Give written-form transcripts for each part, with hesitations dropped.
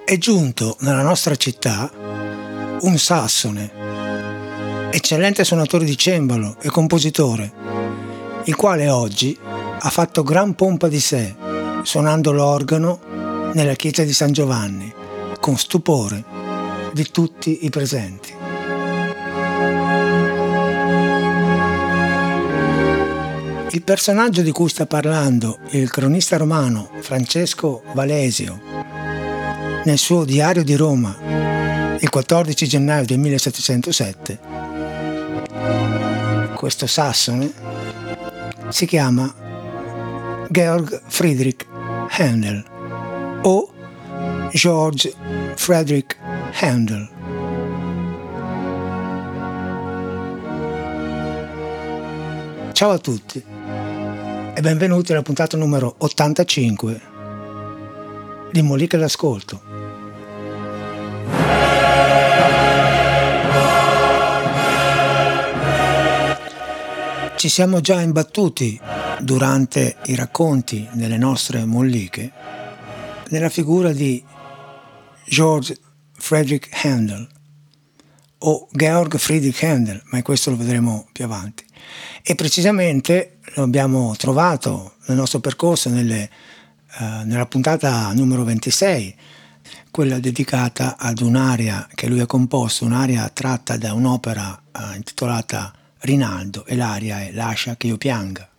È giunto nella nostra città un sassone, eccellente suonatore di cembalo e compositore, il quale oggi ha fatto gran pompa di sé, suonando l'organo nella chiesa di San Giovanni, con stupore di tutti i presenti. Il personaggio di cui sta parlando il cronista romano Francesco Valesio nel suo Diario di Roma il 14 gennaio del 1707, questo sassone si chiama Georg Friedrich Händel o George Friedrich Händel. Ciao a tutti e benvenuti alla puntata numero 85 di Molliche d'Ascolto. Ci siamo già imbattuti durante i racconti delle nostre molliche nella figura di George Friedrich Händel o Georg Friedrich Händel, ma questo lo vedremo più avanti. E precisamente lo abbiamo trovato nel nostro percorso nella puntata numero 26, quella dedicata ad un'aria che lui ha composto, un'aria tratta da un'opera intitolata Rinaldo, e l'aria è Lascia che io pianga.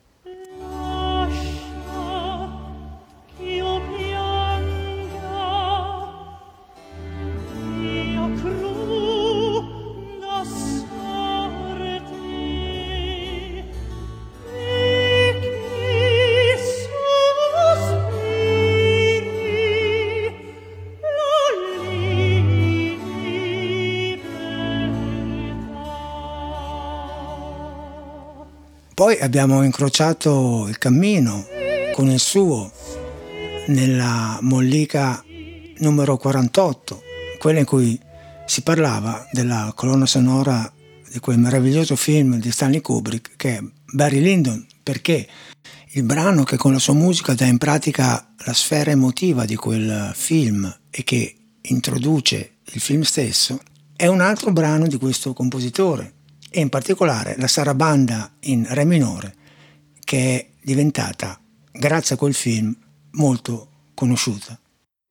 Poi abbiamo incrociato il cammino con il suo nella mollica numero 48, quella in cui si parlava della colonna sonora di quel meraviglioso film di Stanley Kubrick che è Barry Lyndon, perché il brano che con la sua musica dà in pratica la sfera emotiva di quel film e che introduce il film stesso è un altro brano di questo compositore, e in particolare la sarabanda in re minore, che è diventata, grazie a quel film, molto conosciuta.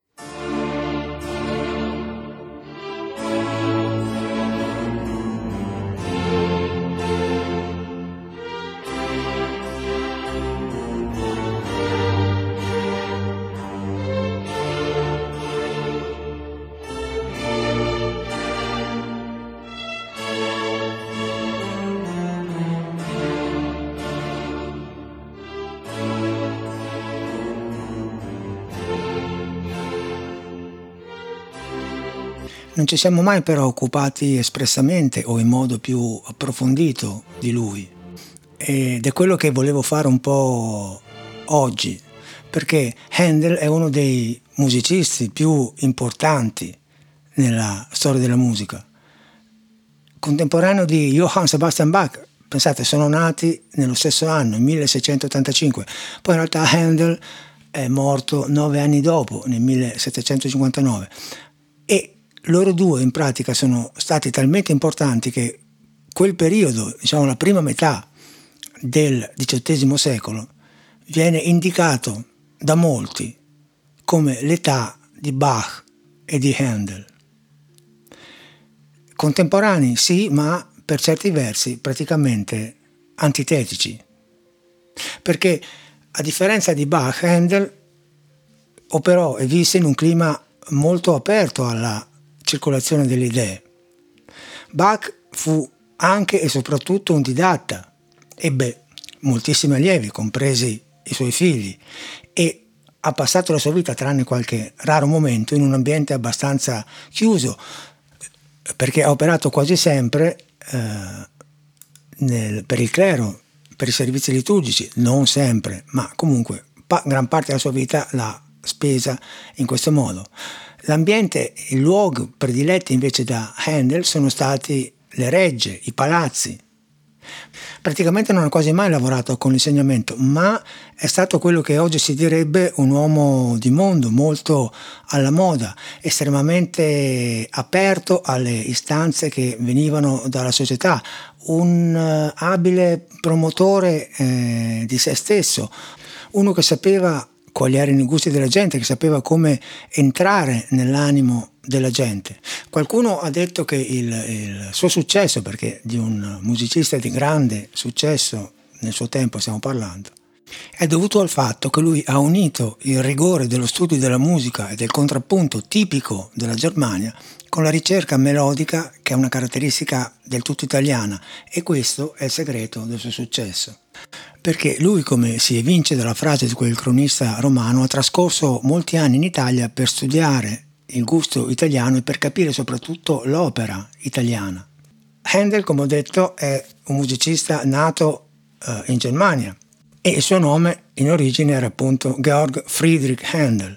Non ci siamo mai però occupati espressamente o in modo più approfondito di lui, ed è quello che volevo fare un po' oggi, perché Händel è uno dei musicisti più importanti nella storia della musica, contemporaneo di Johann Sebastian Bach. Pensate, sono nati nello stesso anno, 1685, poi in realtà Händel è morto 9 anni dopo, nel 1759, e loro due in pratica sono stati talmente importanti che quel periodo, diciamo la prima metà del XVIII secolo, viene indicato da molti come l'età di Bach e di Händel. Contemporanei sì, ma per certi versi praticamente antitetici, perché a differenza di Bach, Händel operò e visse in un clima molto aperto alla circolazione delle idee. Bach fu anche e soprattutto un didatta, ebbe moltissimi allievi, compresi i suoi figli, e ha passato la sua vita, tranne qualche raro momento, in un ambiente abbastanza chiuso, perché ha operato quasi sempre per il clero, per i servizi liturgici, non sempre, ma comunque gran parte della sua vita l'ha spesa in questo modo. L'ambiente, il luogo prediletti invece da Händel sono stati le regge, i palazzi, Praticamente non ha quasi mai lavorato con l'insegnamento, ma è stato quello che oggi si direbbe un uomo di mondo, molto alla moda, estremamente aperto alle istanze che venivano dalla società, un abile promotore di se stesso, uno che sapeva quali erano i gusti della gente, che sapeva come entrare nell'animo della gente. Qualcuno ha detto che il suo successo, perché di un musicista di grande successo nel suo tempo stiamo parlando, è dovuto al fatto che lui ha unito il rigore dello studio della musica e del contrappunto tipico della Germania con la ricerca melodica, che è una caratteristica del tutto italiana, e questo è il segreto del suo successo. Perché lui, come si evince dalla frase di quel cronista romano, ha trascorso molti anni in Italia per studiare il gusto italiano e per capire soprattutto l'opera italiana. Handel, come ho detto, è un musicista nato in Germania e il suo nome in origine era appunto Georg Friedrich Handel,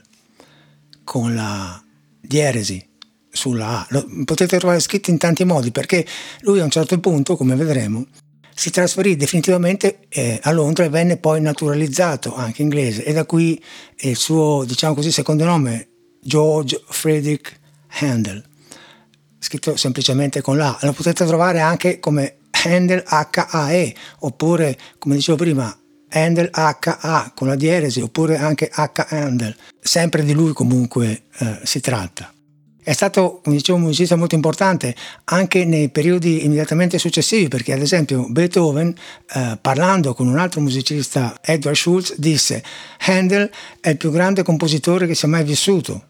con la dieresi sulla A. Lo potete trovare scritto in tanti modi, perché lui a un certo punto, come vedremo, si trasferì definitivamente a Londra e venne poi naturalizzato anche inglese, e da qui il suo, diciamo così, secondo nome, George Friedrich Handel, scritto semplicemente con la. Lo potete trovare anche come Handel H-A-E, oppure, come dicevo prima, Handel H-A con la dieresi, oppure anche H-Handel. Sempre di lui comunque si tratta. È stato, come dicevo, un musicista molto importante anche nei periodi immediatamente successivi, perché ad esempio Beethoven, parlando con un altro musicista, Edward Schultz, disse: Handel è il più grande compositore che sia mai vissuto.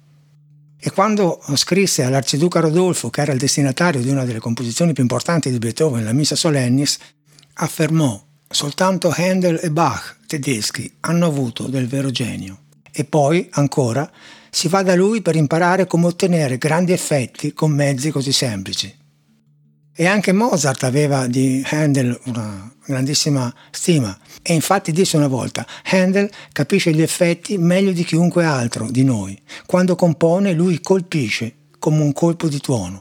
E quando scrisse all'arciduca Rodolfo, che era il destinatario di una delle composizioni più importanti di Beethoven, la Missa Solennis, affermò: soltanto Handel e Bach tedeschi hanno avuto del vero genio. E poi, ancora, si va da lui per imparare come ottenere grandi effetti con mezzi così semplici. E anche Mozart aveva di Handel una grandissima stima, e infatti disse una volta: Handel capisce gli effetti meglio di chiunque altro di noi. Quando compone, lui colpisce come un colpo di tuono.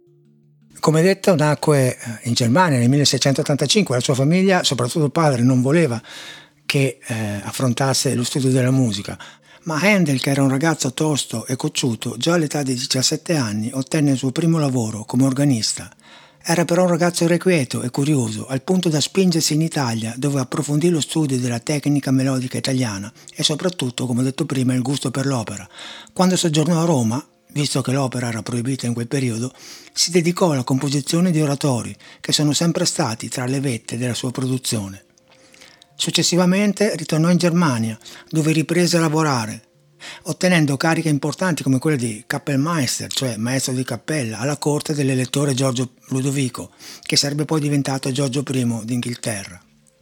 Come detto, nacque in Germania nel 1685. La sua famiglia, soprattutto il padre, non voleva che affrontasse lo studio della musica, ma Handel, che era un ragazzo tosto e cocciuto, già all'età di 17 anni ottenne il suo primo lavoro come organista. Era però un ragazzo irrequieto e curioso, al punto da spingersi in Italia, dove approfondì lo studio della tecnica melodica italiana e soprattutto, come ho detto prima, il gusto per l'opera. Quando soggiornò a Roma, visto che l'opera era proibita in quel periodo, si dedicò alla composizione di oratori, che sono sempre stati tra le vette della sua produzione. Successivamente ritornò in Germania, dove riprese a lavorare, ottenendo cariche importanti come quella di Kapellmeister, cioè maestro di cappella, alla corte dell'elettore Giorgio Ludovico, che sarebbe poi diventato Giorgio I d'Inghilterra.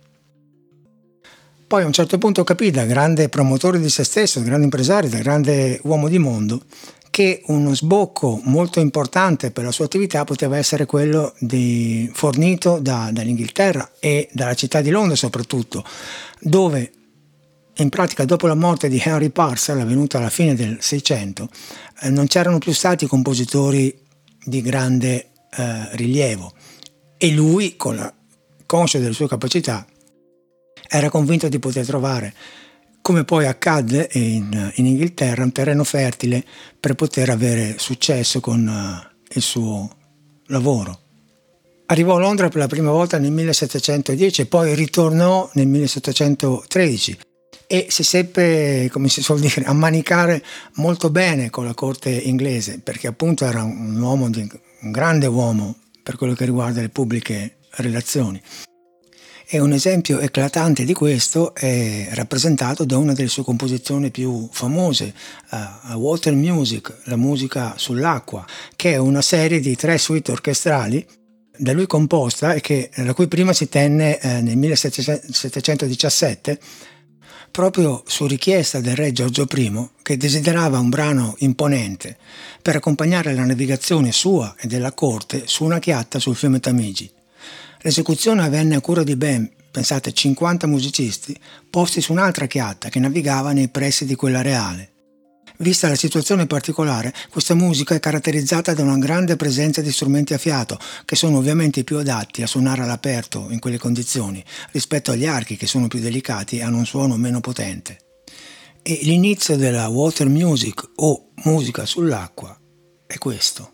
Poi a un certo punto capì, da grande promotore di se stesso, da grande impresario, da grande uomo di mondo, che uno sbocco molto importante per la sua attività poteva essere quello fornito dall'Inghilterra e dalla città di Londra soprattutto, dove in pratica dopo la morte di Henry Purcell, avvenuta alla fine del Seicento, non c'erano più stati compositori di grande rilievo, e lui, conscio delle sue capacità, era convinto di poter trovare, come poi accadde in Inghilterra, un terreno fertile per poter avere successo con il suo lavoro. Arrivò a Londra per la prima volta nel 1710 e poi ritornò nel 1713 e si seppe, come si suol dire, ammanicare molto bene con la corte inglese, perché appunto era un grande uomo per quello che riguarda le pubbliche relazioni. E un esempio eclatante di questo è rappresentato da una delle sue composizioni più famose, Water Music, la musica sull'acqua, che è una serie di 3 suite orchestrali da lui composta e la cui prima si tenne nel 1717, proprio su richiesta del re Giorgio I, che desiderava un brano imponente per accompagnare la navigazione sua e della corte su una chiatta sul fiume Tamigi. L'esecuzione avvenne a cura di ben, pensate, 50 musicisti posti su un'altra chiatta che navigava nei pressi di quella reale. Vista la situazione particolare, questa musica è caratterizzata da una grande presenza di strumenti a fiato, che sono ovviamente più adatti a suonare all'aperto in quelle condizioni, rispetto agli archi che sono più delicati e hanno un suono meno potente. E l'inizio della water music o musica sull'acqua è questo.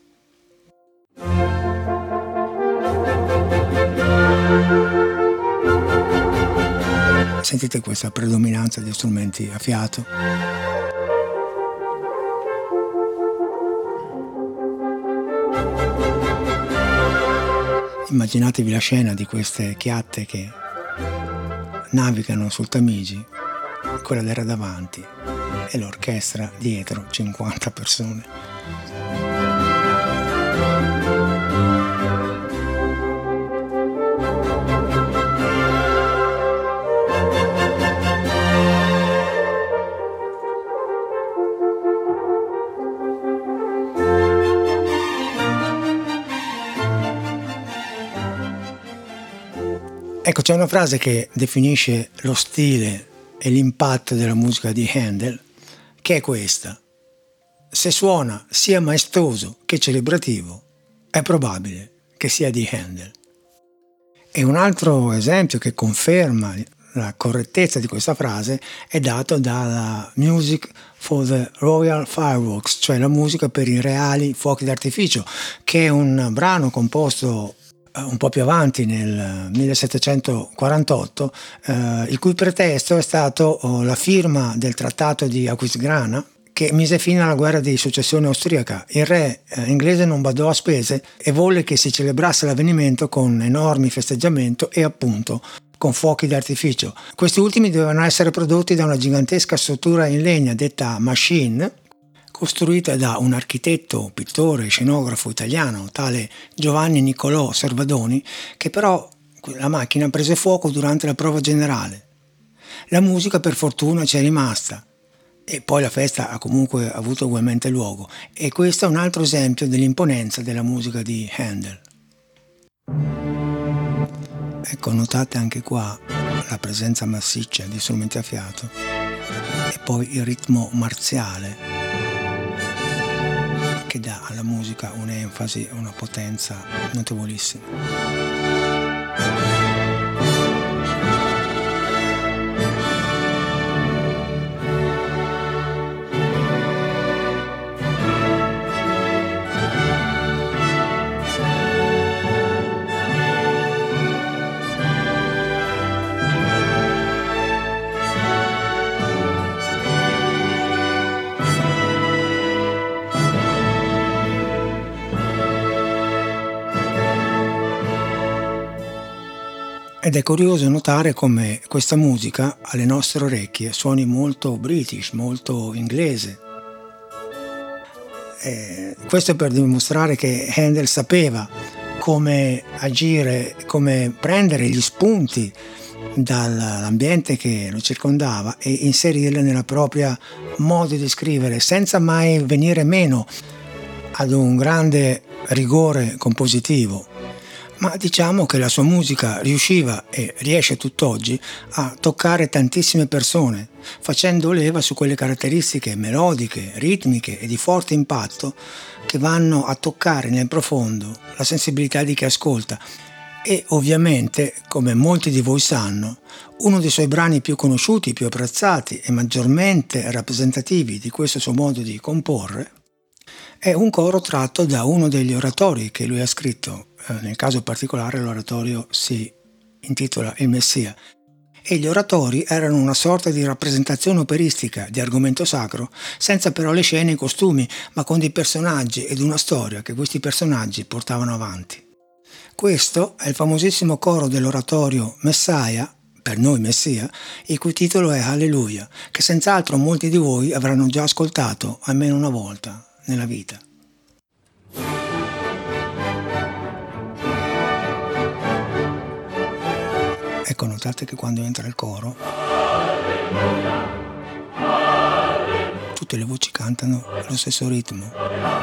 Sentite questa predominanza di strumenti a fiato. Immaginatevi la scena di queste chiatte che navigano sul Tamigi, quella era davanti e l'orchestra dietro, 50 persone. Ecco, c'è una frase che definisce lo stile e l'impatto della musica di Handel, che è questa: se suona sia maestoso che celebrativo, è probabile che sia di Handel. E un altro esempio che conferma la correttezza di questa frase è dato dalla Music for the Royal Fireworks, cioè la musica per i reali fuochi d'artificio, che è un brano composto un po' più avanti nel 1748, il cui pretesto è stato la firma del trattato di Aquisgrana, che mise fine alla guerra di successione austriaca. Il re inglese non badò a spese e volle che si celebrasse l'avvenimento con enormi festeggiamenti e appunto con fuochi d'artificio. Questi ultimi dovevano essere prodotti da una gigantesca struttura in legna detta machine, costruita da un architetto, pittore e scenografo italiano, tale Giovanni Niccolò Servadoni, che però la macchina prese fuoco durante la prova generale. La musica per fortuna ci è rimasta e poi la festa ha comunque avuto ugualmente luogo, e questo è un altro esempio dell'imponenza della musica di Handel. Ecco, notate anche qua la presenza massiccia di strumenti a fiato e poi il ritmo marziale che dà alla musica un'enfasi e una potenza notevolissima. Ed è curioso notare come questa musica alle nostre orecchie suoni molto british, molto inglese. Questo per dimostrare che Handel sapeva come agire, come prendere gli spunti dall'ambiente che lo circondava e inserirli nella propria modo di scrivere, senza mai venire meno ad un grande rigore compositivo. Ma diciamo che la sua musica riusciva e riesce tutt'oggi a toccare tantissime persone, facendo leva su quelle caratteristiche melodiche, ritmiche e di forte impatto che vanno a toccare nel profondo la sensibilità di chi ascolta. E ovviamente, come molti di voi sanno, uno dei suoi brani più conosciuti, più apprezzati e maggiormente rappresentativi di questo suo modo di comporre è un coro tratto da uno degli oratori che lui ha scritto. Nel caso particolare l'oratorio si intitola Il Messia, e gli oratori erano una sorta di rappresentazione operistica di argomento sacro, senza però le scene e i costumi, ma con dei personaggi ed una storia che questi personaggi portavano avanti. Questo è il famosissimo coro dell'oratorio Messiah, per noi Messia, il cui titolo è Alleluia, che senz'altro molti di voi avranno già ascoltato almeno una volta nella vita. Ecco, notate che quando entra il coro tutte le voci cantano lo stesso ritmo.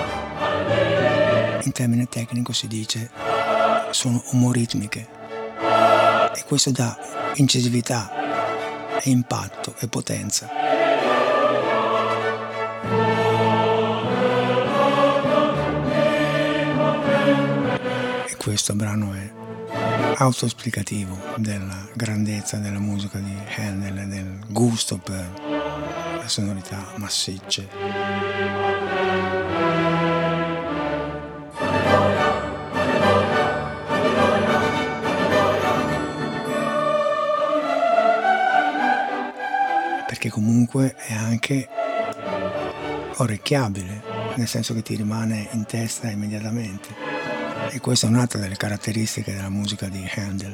In termine tecnico si dice sono omoritmiche, e questo dà incisività e impatto e potenza. questo brano è autoesplicativo della grandezza della musica di Handel e del gusto per le sonorità massicce. Perché comunque è anche orecchiabile, nel senso che ti rimane in testa immediatamente, e questa è un'altra delle caratteristiche della musica di Handel.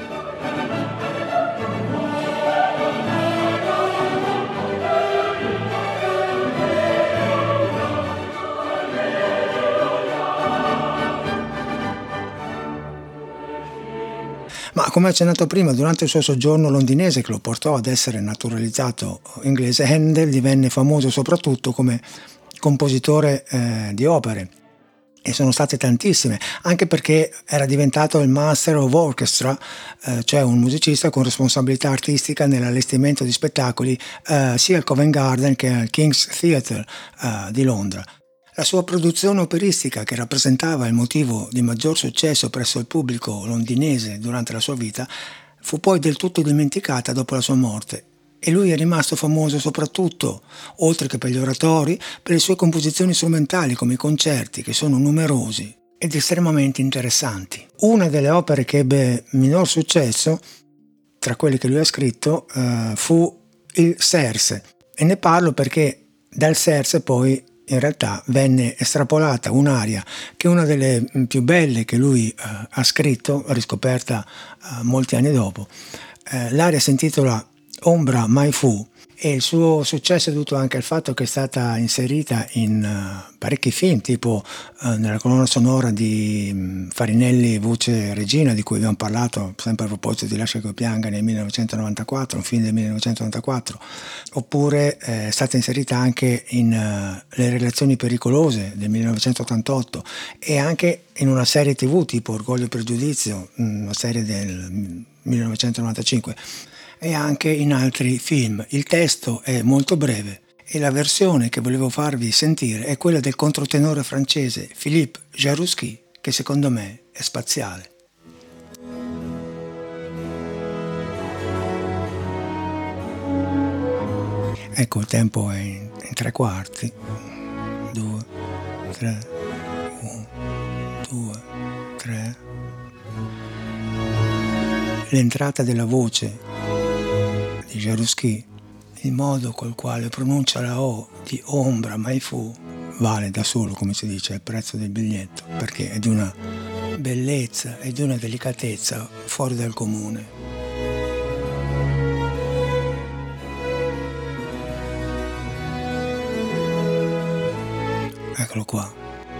Ma come accennato prima, durante il suo soggiorno londinese che lo portò ad essere naturalizzato inglese, Handel divenne famoso soprattutto come compositore di opere, e sono state tantissime, anche perché era diventato il Master of Orchestra, cioè un musicista con responsabilità artistica nell'allestimento di spettacoli sia al Covent Garden che al King's Theatre di Londra. La sua produzione operistica, che rappresentava il motivo di maggior successo presso il pubblico londinese durante la sua vita, fu poi del tutto dimenticata dopo la sua morte, e lui è rimasto famoso soprattutto, oltre che per gli oratori, per le sue composizioni strumentali come i concerti, che sono numerosi ed estremamente interessanti. Una delle opere che ebbe minor successo, tra quelle che lui ha scritto, fu il Serse, e ne parlo perché dal Serse poi in realtà venne estrapolata un'aria che è una delle più belle che lui ha scritto, riscoperta molti anni dopo. L'aria si intitola Ombra mai fu, e il suo successo è dovuto anche al fatto che è stata inserita in parecchi film, tipo nella colonna sonora di Farinelli Voce Regina, di cui abbiamo parlato sempre a proposito di Lascia che pianga nel 1994, un film del 1994, oppure è stata inserita anche in Le relazioni pericolose del 1988, e anche in una serie TV tipo Orgoglio e Pregiudizio, una serie del 1995, e anche in altri film. Il testo è molto breve e la versione che volevo farvi sentire è quella del controtenore francese Philippe Jaroussky, che secondo me è spaziale. Ecco, il tempo è in 3/4, 2, 3, 1, 2, 3. L'entrata della voce di Jaroussky, il modo col quale pronuncia la O di Ombra mai fu, vale da solo, come si dice, il prezzo del biglietto, perché è di una bellezza e di una delicatezza fuori dal comune. Eccolo qua.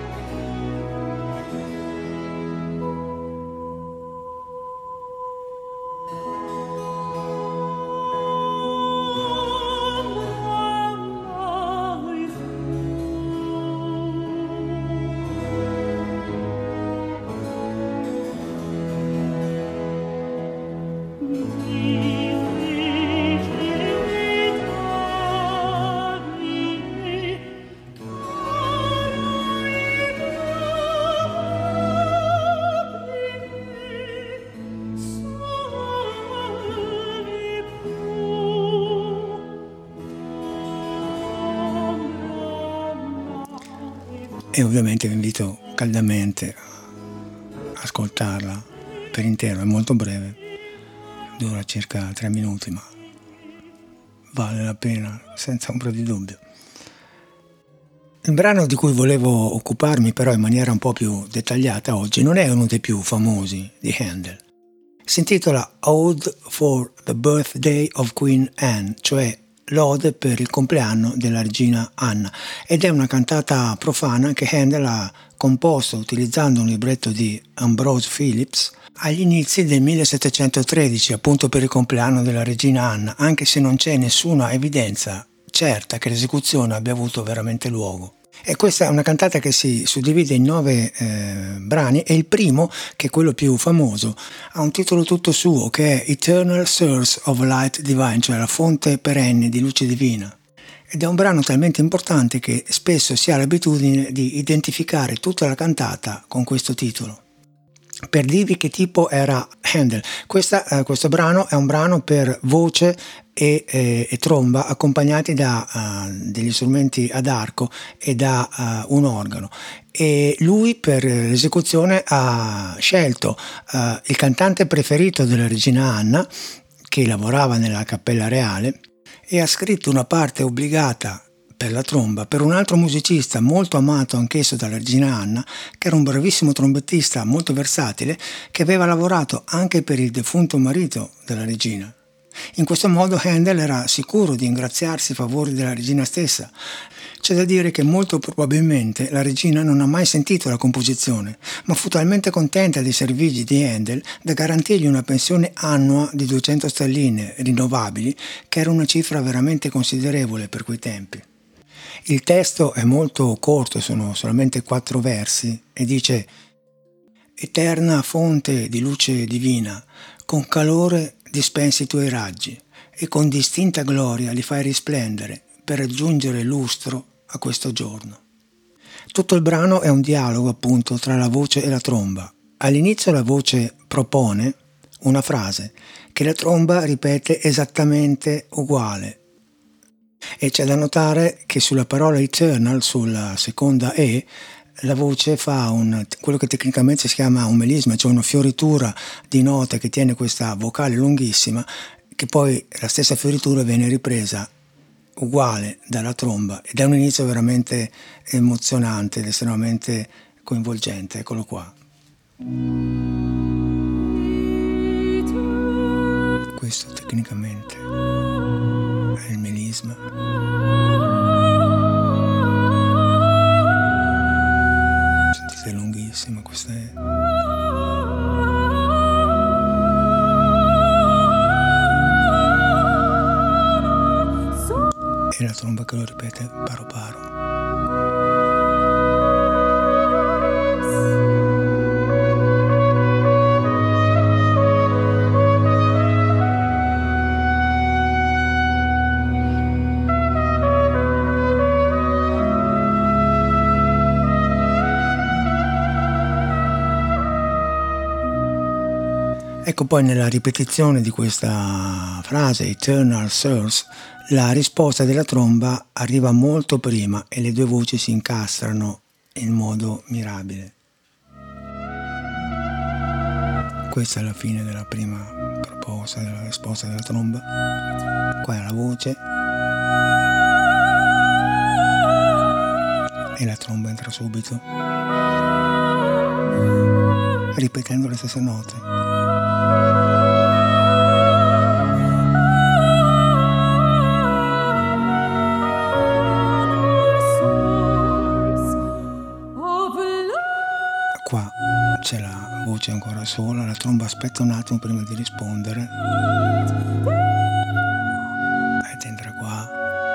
E ovviamente vi invito caldamente a ascoltarla per intero, è molto breve, dura circa 3 minuti, ma vale la pena senza ombra di dubbio. Il brano di cui volevo occuparmi però in maniera un po' più dettagliata oggi non è uno dei più famosi di Handel. Si intitola Ode for the Birthday of Queen Anne, cioè l'ode per il compleanno della regina Anna, ed è una cantata profana che Handel ha composto utilizzando un libretto di Ambrose Phillips agli inizi del 1713, appunto per il compleanno della regina Anna, anche se non c'è nessuna evidenza certa che l'esecuzione abbia avuto veramente luogo. E questa è una cantata che si suddivide in 9 brani, e il primo, che è quello più famoso, ha un titolo tutto suo che è Eternal Source of Light Divine, cioè la fonte perenne di luce divina. Ed è un brano talmente importante che spesso si ha l'abitudine di identificare tutta la cantata con questo titolo. Per dirvi che tipo era Handel, questo brano è un brano per voce e tromba accompagnati da degli strumenti ad arco e da un organo, e lui per l'esecuzione ha scelto il cantante preferito della regina Anna, che lavorava nella Cappella Reale, e ha scritto una parte obbligata per la tromba per un altro musicista molto amato anch'esso dalla regina Anna, che era un bravissimo trombettista molto versatile, che aveva lavorato anche per il defunto marito della regina. In questo modo Handel era sicuro di ingraziarsi i favori della regina stessa. C'è da dire che molto probabilmente la regina non ha mai sentito la composizione, ma fu talmente contenta dei servigi di Handel da garantirgli una pensione annua di 200 sterline rinnovabili, che era una cifra veramente considerevole per quei tempi. Il testo è molto corto, sono solamente 4 versi, e dice: «Eterna fonte di luce divina, con calore dispensi i tuoi raggi e con distinta gloria li fai risplendere per aggiungere lustro a questo giorno». Tutto il brano è un dialogo appunto tra la voce e la tromba. All'inizio la voce propone una frase che la tromba ripete esattamente uguale, e c'è da notare che sulla parola eternal, sulla seconda E, la voce fa quello che tecnicamente si chiama un melisma, cioè una fioritura di note che tiene questa vocale lunghissima, che poi la stessa fioritura viene ripresa uguale dalla tromba, ed è un inizio veramente emozionante ed estremamente coinvolgente. Eccolo qua. Questo tecnicamente è il melisma. Sentite, è lunghissima questa è. E la tromba che lo ripete paro paro. Ecco, poi nella ripetizione di questa frase, Eternal Source, la risposta della tromba arriva molto prima e le due voci si incastrano in modo mirabile. Questa è la fine della prima proposta, della risposta della tromba. Qua è la voce e la tromba entra subito, ripetendo le stesse note. Qua c'è la voce ancora sola, la tromba aspetta un attimo prima di rispondere ed entra qua.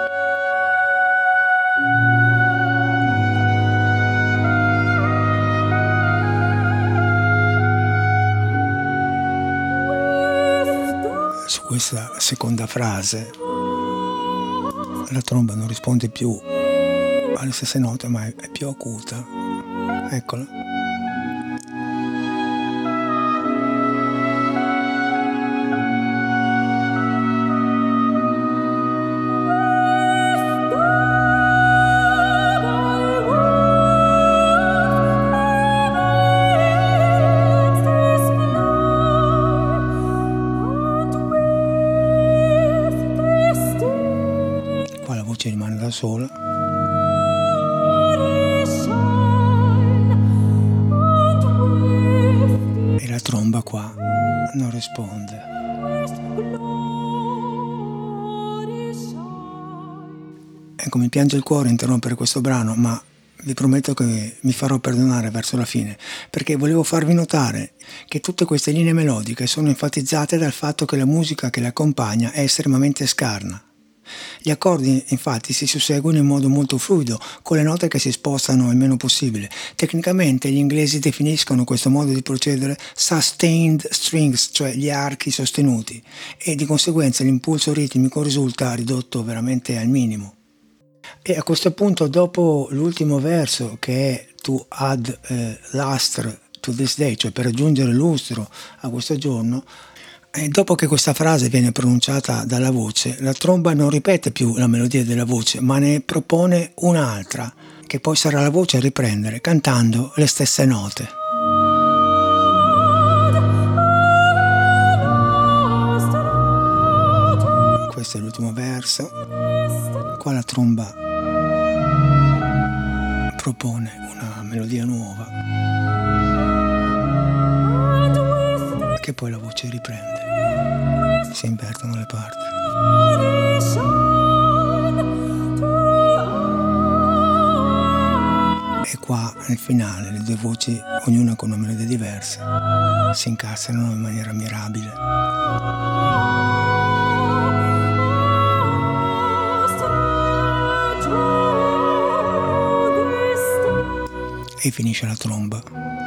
Su questa seconda frase la tromba non risponde più alle stesse note, ma è più acuta. Eccola. Qua la voce rimane da sola. E la tromba qua non risponde. Ecco, mi piange il cuore interrompere questo brano, ma vi prometto che mi farò perdonare verso la fine, perché volevo farvi notare che tutte queste linee melodiche sono enfatizzate dal fatto che la musica che le accompagna è estremamente scarna. Gli accordi infatti si susseguono in modo molto fluido, con le note che si spostano il meno possibile. Tecnicamente gli inglesi definiscono questo modo di procedere sustained strings, cioè gli archi sostenuti, e di conseguenza l'impulso ritmico risulta ridotto veramente al minimo. E a questo punto, dopo l'ultimo verso, che è to add luster to to this day, cioè per aggiungere lustro a questo giorno. E dopo che questa frase viene pronunciata dalla voce, la tromba non ripete più la melodia della voce, ma ne propone un'altra, che poi sarà la voce a riprendere, cantando le stesse note. Questo è l'ultimo verso. Qua la tromba propone una melodia nuova, che poi la voce riprende. Si invertono le parti. E qua nel finale le due voci, ognuna con una melodia diversa, si incastrano in maniera mirabile. E finisce la tromba.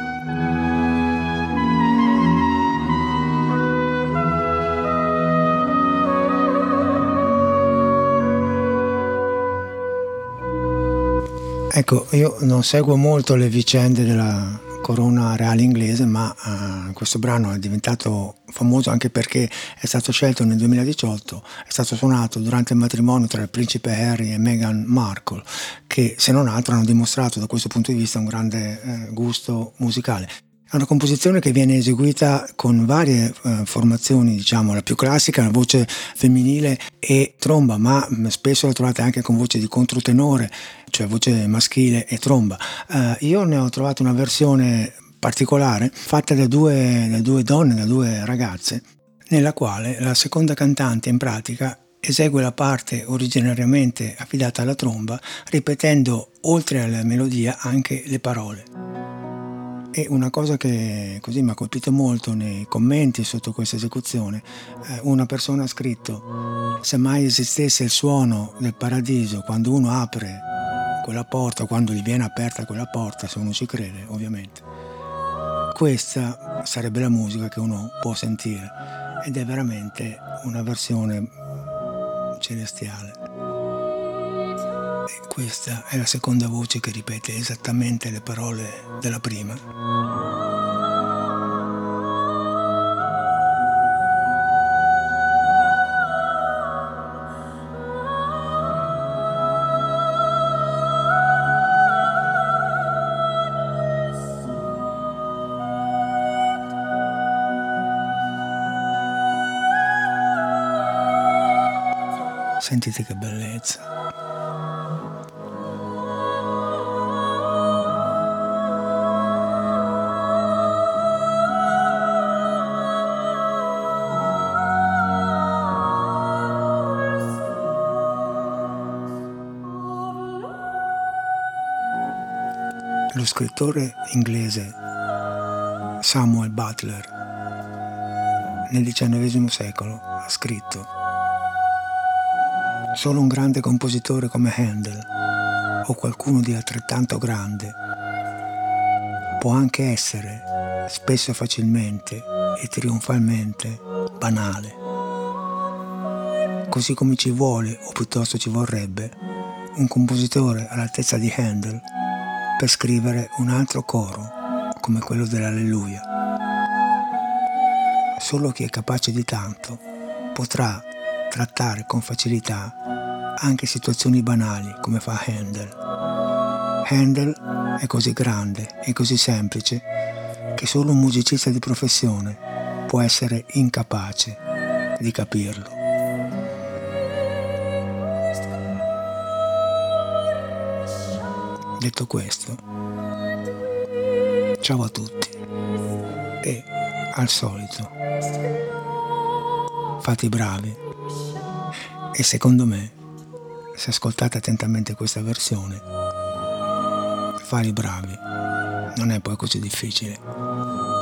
Ecco, io non seguo molto le vicende della corona reale inglese, ma questo brano è diventato famoso anche perché è stato scelto nel 2018, è stato suonato durante il matrimonio tra il principe Harry e Meghan Markle, che se non altro hanno dimostrato da questo punto di vista un grande gusto musicale. È una composizione che viene eseguita con varie formazioni, diciamo la più classica, la voce femminile e tromba, ma spesso la trovate anche con voce di controtenore, cioè voce maschile e tromba. Io ne ho trovato una versione particolare fatta da due donne, da due ragazze, nella quale la seconda cantante in pratica esegue la parte originariamente affidata alla tromba, ripetendo oltre alla melodia anche le parole. E una cosa che così mi ha colpito molto nei commenti sotto questa esecuzione, una persona ha scritto: se mai esistesse il suono del paradiso quando uno apre quella porta, quando gli viene aperta quella porta, se uno ci crede ovviamente, questa sarebbe la musica che uno può sentire, ed è veramente una versione celestiale. E questa è la seconda voce che ripete esattamente le parole della prima. Sentite che bellezza. Lo scrittore inglese Samuel Butler nel XIX secolo ha scritto: solo un grande compositore come Handel o qualcuno di altrettanto grande può anche essere, spesso facilmente e trionfalmente, banale, così come ci vuole, o piuttosto ci vorrebbe, un compositore all'altezza di Handel per scrivere un altro coro come quello dell'Alleluia. Solo chi è capace di tanto potrà trattare con facilità anche situazioni banali come fa Handel. Handel è così grande e così semplice che solo un musicista di professione può essere incapace di capirlo. Detto questo, ciao a tutti e, al solito, fate i bravi, e secondo me, se ascoltate attentamente questa versione, fare i bravi non è poi così difficile.